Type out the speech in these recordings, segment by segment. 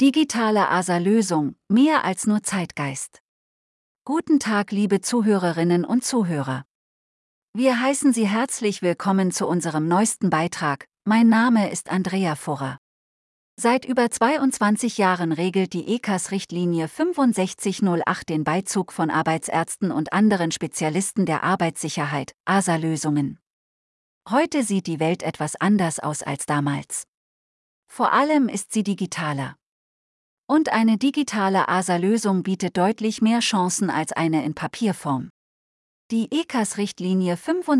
Digitale ASA-Lösung, mehr als nur Zeitgeist. Guten Tag, liebe Zuhörerinnen und Zuhörer. Wir heißen Sie herzlich willkommen zu unserem neuesten Beitrag. Mein Name ist Andrea Furrer. Seit über 22 Jahren regelt die ECAS-Richtlinie 6508 den Beizug von Arbeitsärzten und anderen Spezialisten der Arbeitssicherheit, ASA-Lösungen. Heute sieht die Welt etwas anders aus als damals. Vor allem ist sie digitaler. Und eine digitale ASA-Lösung bietet deutlich mehr Chancen als eine in Papierform. Die ECAS-Richtlinie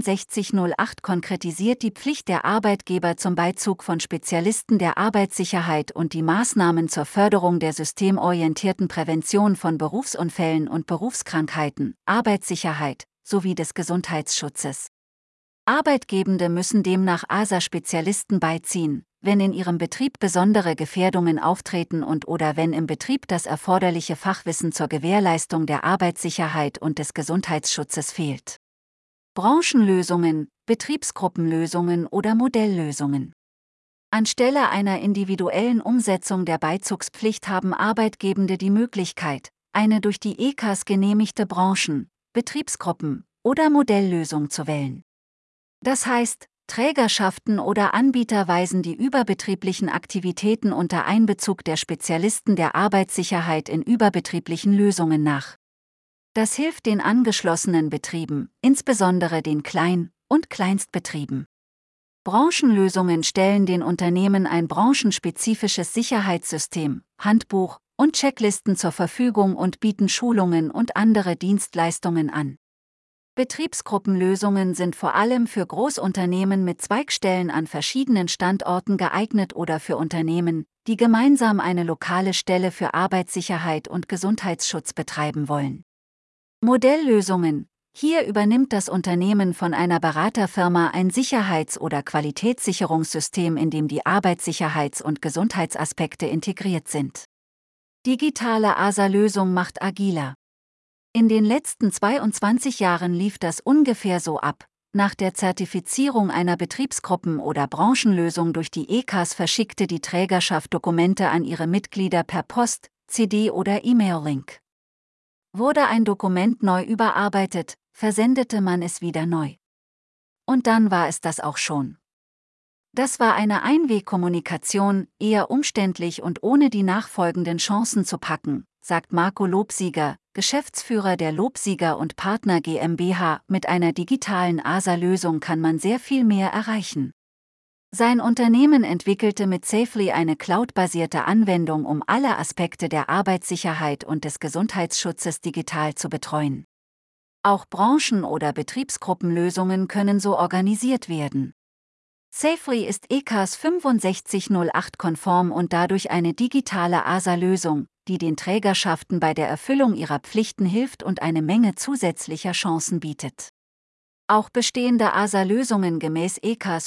6508 konkretisiert die Pflicht der Arbeitgeber zum Beizug von Spezialisten der Arbeitssicherheit und die Maßnahmen zur Förderung der systemorientierten Prävention von Berufsunfällen und Berufskrankheiten, Arbeitssicherheit sowie des Gesundheitsschutzes. Arbeitgebende müssen demnach ASA-Spezialisten beiziehen, wenn in ihrem Betrieb besondere Gefährdungen auftreten und/oder wenn im Betrieb das erforderliche Fachwissen zur Gewährleistung der Arbeitssicherheit und des Gesundheitsschutzes fehlt. Branchenlösungen, Betriebsgruppenlösungen oder Modelllösungen. Anstelle einer individuellen Umsetzung der Beizugspflicht haben Arbeitgebende die Möglichkeit, eine durch die ECAS genehmigte Branchen-, Betriebsgruppen- oder Modelllösung zu wählen. Das heißt, Trägerschaften oder Anbieter weisen die überbetrieblichen Aktivitäten unter Einbezug der Spezialisten der Arbeitssicherheit in überbetrieblichen Lösungen nach. Das hilft den angeschlossenen Betrieben, insbesondere den Klein- und Kleinstbetrieben. Branchenlösungen stellen den Unternehmen ein branchenspezifisches Sicherheitssystem, Handbuch und Checklisten zur Verfügung und bieten Schulungen und andere Dienstleistungen an. Betriebsgruppenlösungen sind vor allem für Großunternehmen mit Zweigstellen an verschiedenen Standorten geeignet oder für Unternehmen, die gemeinsam eine lokale Stelle für Arbeitssicherheit und Gesundheitsschutz betreiben wollen. Modelllösungen: Hier übernimmt das Unternehmen von einer Beraterfirma ein Sicherheits- oder Qualitätssicherungssystem, in dem die Arbeitssicherheits- und Gesundheitsaspekte integriert sind. Digitale ASA-Lösung macht agiler. In den letzten 22 Jahren lief das ungefähr so ab: Nach der Zertifizierung einer Betriebsgruppen- oder Branchenlösung durch die ECAS verschickte die Trägerschaft Dokumente an ihre Mitglieder per Post, CD oder E-Mail-Link. Wurde ein Dokument neu überarbeitet, versendete man es wieder neu. Und dann war es das auch schon. Das war eine Einwegkommunikation, eher umständlich und ohne die nachfolgenden Chancen zu packen, sagt Marco Lobsieger, Geschäftsführer der Lobsieger und Partner GmbH. Mit einer digitalen ASA-Lösung kann man sehr viel mehr erreichen. Sein Unternehmen entwickelte mit Safely eine cloudbasierte Anwendung, um alle Aspekte der Arbeitssicherheit und des Gesundheitsschutzes digital zu betreuen. Auch Branchen- oder Betriebsgruppenlösungen können so organisiert werden. Safely ist ECAS 6508 konform und dadurch eine digitale ASA-Lösung, die den Trägerschaften bei der Erfüllung ihrer Pflichten hilft und eine Menge zusätzlicher Chancen bietet. Auch bestehende ASA-Lösungen gemäß ECAS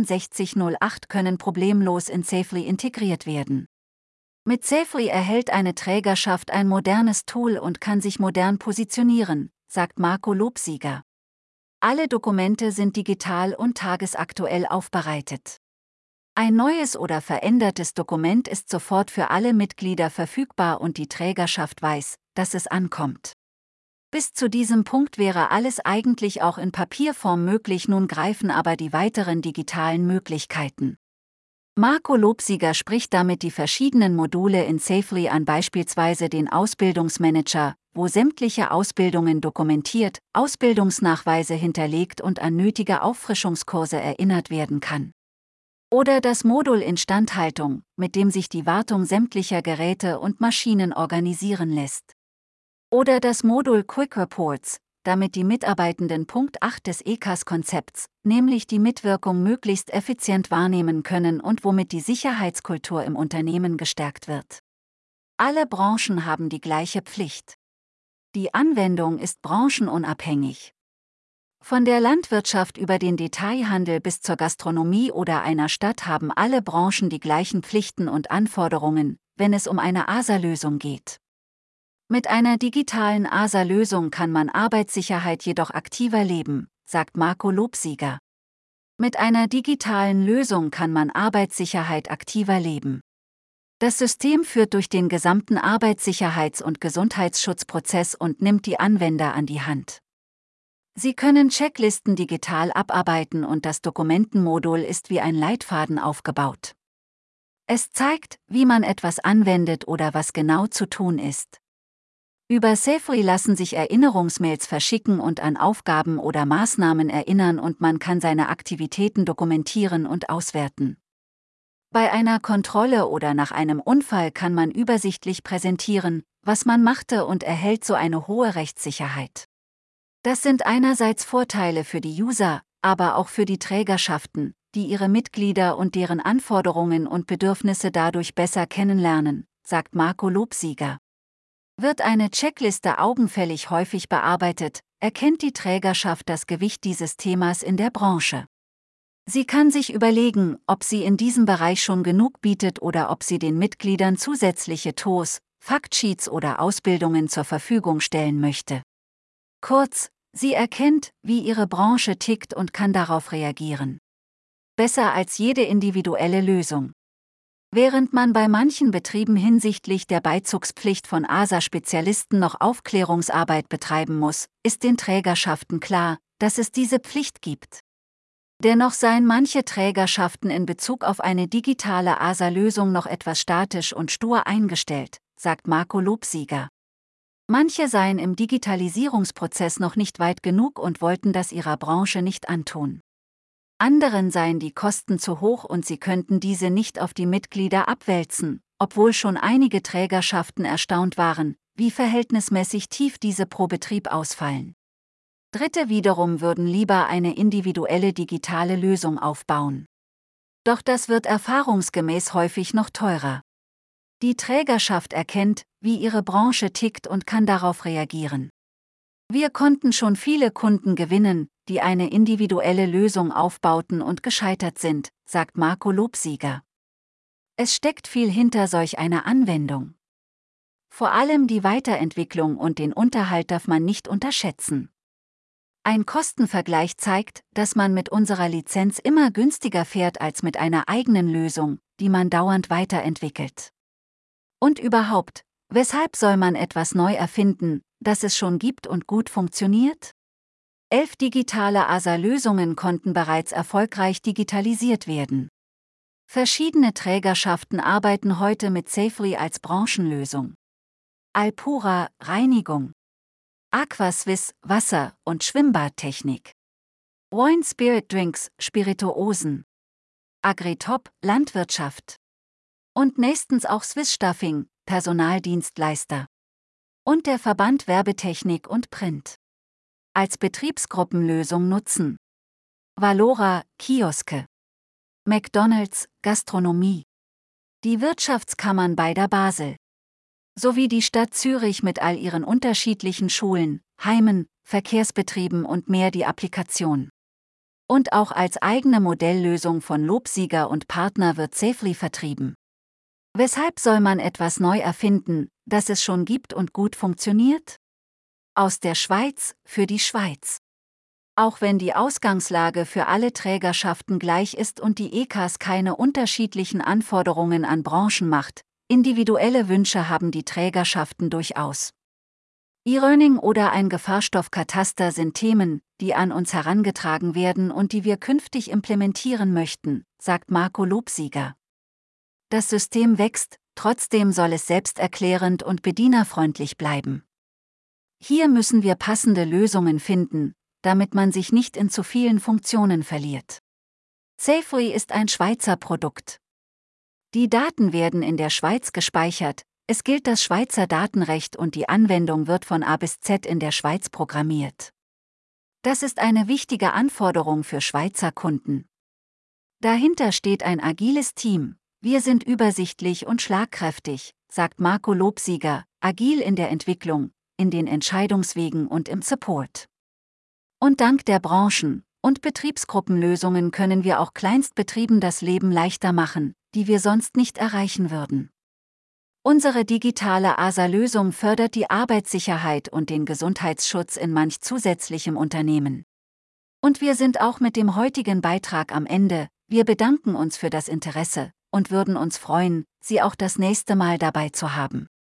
6508 können problemlos in Safely integriert werden. Mit Safely erhält eine Trägerschaft ein modernes Tool und kann sich modern positionieren, sagt Marco Lobsieger. Alle Dokumente sind digital und tagesaktuell aufbereitet. Ein neues oder verändertes Dokument ist sofort für alle Mitglieder verfügbar und die Trägerschaft weiß, dass es ankommt. Bis zu diesem Punkt wäre alles eigentlich auch in Papierform möglich, nun greifen aber die weiteren digitalen Möglichkeiten. Marco Lobsieger spricht damit die verschiedenen Module in Safely an, beispielsweise den Ausbildungsmanager, wo sämtliche Ausbildungen dokumentiert, Ausbildungsnachweise hinterlegt und an nötige Auffrischungskurse erinnert werden kann. Oder das Modul Instandhaltung, mit dem sich die Wartung sämtlicher Geräte und Maschinen organisieren lässt. Oder das Modul Quick Reports, damit die Mitarbeitenden Punkt 8 des ECAS-Konzepts, nämlich die Mitwirkung, möglichst effizient wahrnehmen können und womit die Sicherheitskultur im Unternehmen gestärkt wird. Alle Branchen haben die gleiche Pflicht. Die Anwendung ist branchenunabhängig. Von der Landwirtschaft über den Detailhandel bis zur Gastronomie oder einer Stadt haben alle Branchen die gleichen Pflichten und Anforderungen, wenn es um eine ASA-Lösung geht. Mit einer digitalen ASA-Lösung kann man Arbeitssicherheit jedoch aktiver leben, sagt Marco Lobsieger. Mit einer digitalen Lösung kann man Arbeitssicherheit aktiver leben. Das System führt durch den gesamten Arbeitssicherheits- und Gesundheitsschutzprozess und nimmt die Anwender an die Hand. Sie können Checklisten digital abarbeiten und das Dokumentenmodul ist wie ein Leitfaden aufgebaut. Es zeigt, wie man etwas anwendet oder was genau zu tun ist. Über Safely lassen sich Erinnerungsmails verschicken und an Aufgaben oder Maßnahmen erinnern und man kann seine Aktivitäten dokumentieren und auswerten. Bei einer Kontrolle oder nach einem Unfall kann man übersichtlich präsentieren, was man machte und erhält so eine hohe Rechtssicherheit. Das sind einerseits Vorteile für die User, aber auch für die Trägerschaften, die ihre Mitglieder und deren Anforderungen und Bedürfnisse dadurch besser kennenlernen, sagt Marco Lobsieger. Wird eine Checkliste augenfällig häufig bearbeitet, erkennt die Trägerschaft das Gewicht dieses Themas in der Branche. Sie kann sich überlegen, ob sie in diesem Bereich schon genug bietet oder ob sie den Mitgliedern zusätzliche TOS, Faktsheets oder Ausbildungen zur Verfügung stellen möchte. Kurz, sie erkennt, wie ihre Branche tickt und kann darauf reagieren. Besser als jede individuelle Lösung. Während man bei manchen Betrieben hinsichtlich der Beizugspflicht von ASA-Spezialisten noch Aufklärungsarbeit betreiben muss, ist den Trägerschaften klar, dass es diese Pflicht gibt. Dennoch seien manche Trägerschaften in Bezug auf eine digitale ASA-Lösung noch etwas statisch und stur eingestellt, sagt Marco Lobsieger. Manche seien im Digitalisierungsprozess noch nicht weit genug und wollten das ihrer Branche nicht antun. Anderen seien die Kosten zu hoch und sie könnten diese nicht auf die Mitglieder abwälzen, obwohl schon einige Trägerschaften erstaunt waren, wie verhältnismäßig tief diese pro Betrieb ausfallen. Dritte wiederum würden lieber eine individuelle digitale Lösung aufbauen. Doch das wird erfahrungsgemäß häufig noch teurer. Die Trägerschaft erkennt, wie ihre Branche tickt und kann darauf reagieren. Wir konnten schon viele Kunden gewinnen, die eine individuelle Lösung aufbauten und gescheitert sind, sagt Marco Lobsieger. Es steckt viel hinter solch einer Anwendung. Vor allem die Weiterentwicklung und den Unterhalt darf man nicht unterschätzen. Ein Kostenvergleich zeigt, dass man mit unserer Lizenz immer günstiger fährt als mit einer eigenen Lösung, die man dauernd weiterentwickelt. Und überhaupt, weshalb soll man etwas neu erfinden, das es schon gibt und gut funktioniert? 11 digitale ASA-Lösungen konnten bereits erfolgreich digitalisiert werden. Verschiedene Trägerschaften arbeiten heute mit Safely als Branchenlösung. Alpura, Reinigung. Aquaswiss, Wasser- und Schwimmbadtechnik. Wine Spirit Drinks, Spirituosen. Agritop, Landwirtschaft. Und nächstens auch Swiss Staffing, Personaldienstleister. Und der Verband Werbetechnik und Print. Als Betriebsgruppenlösung nutzen. Valora, Kioske. McDonald's, Gastronomie. Die Wirtschaftskammern beider Basel. Sowie die Stadt Zürich mit all ihren unterschiedlichen Schulen, Heimen, Verkehrsbetrieben und mehr die Applikation. Und auch als eigene Modelllösung von Lobsieger und Partner wird Safely vertrieben. Weshalb soll man etwas neu erfinden, das es schon gibt und gut funktioniert? Aus der Schweiz, für die Schweiz. Auch wenn die Ausgangslage für alle Trägerschaften gleich ist und die EKAS keine unterschiedlichen Anforderungen an Branchen macht, individuelle Wünsche haben die Trägerschaften durchaus. E-Learning oder ein Gefahrstoffkataster sind Themen, die an uns herangetragen werden und die wir künftig implementieren möchten, sagt Marco Lobsieger. Das System wächst, trotzdem soll es selbsterklärend und bedienerfreundlich bleiben. Hier müssen wir passende Lösungen finden, damit man sich nicht in zu vielen Funktionen verliert. Safely ist ein Schweizer Produkt. Die Daten werden in der Schweiz gespeichert, es gilt das Schweizer Datenrecht und die Anwendung wird von A bis Z in der Schweiz programmiert. Das ist eine wichtige Anforderung für Schweizer Kunden. Dahinter steht ein agiles Team. Wir sind übersichtlich und schlagkräftig, sagt Marco Lobsieger, agil in der Entwicklung, in den Entscheidungswegen und im Support. Und dank der Branchen- und Betriebsgruppenlösungen können wir auch Kleinstbetrieben das Leben leichter machen, die wir sonst nicht erreichen würden. Unsere digitale ASA-Lösung fördert die Arbeitssicherheit und den Gesundheitsschutz in manch zusätzlichem Unternehmen. Und wir sind auch mit dem heutigen Beitrag am Ende. Wir bedanken uns für das Interesse. und würden uns freuen, Sie auch das nächste Mal dabei zu haben.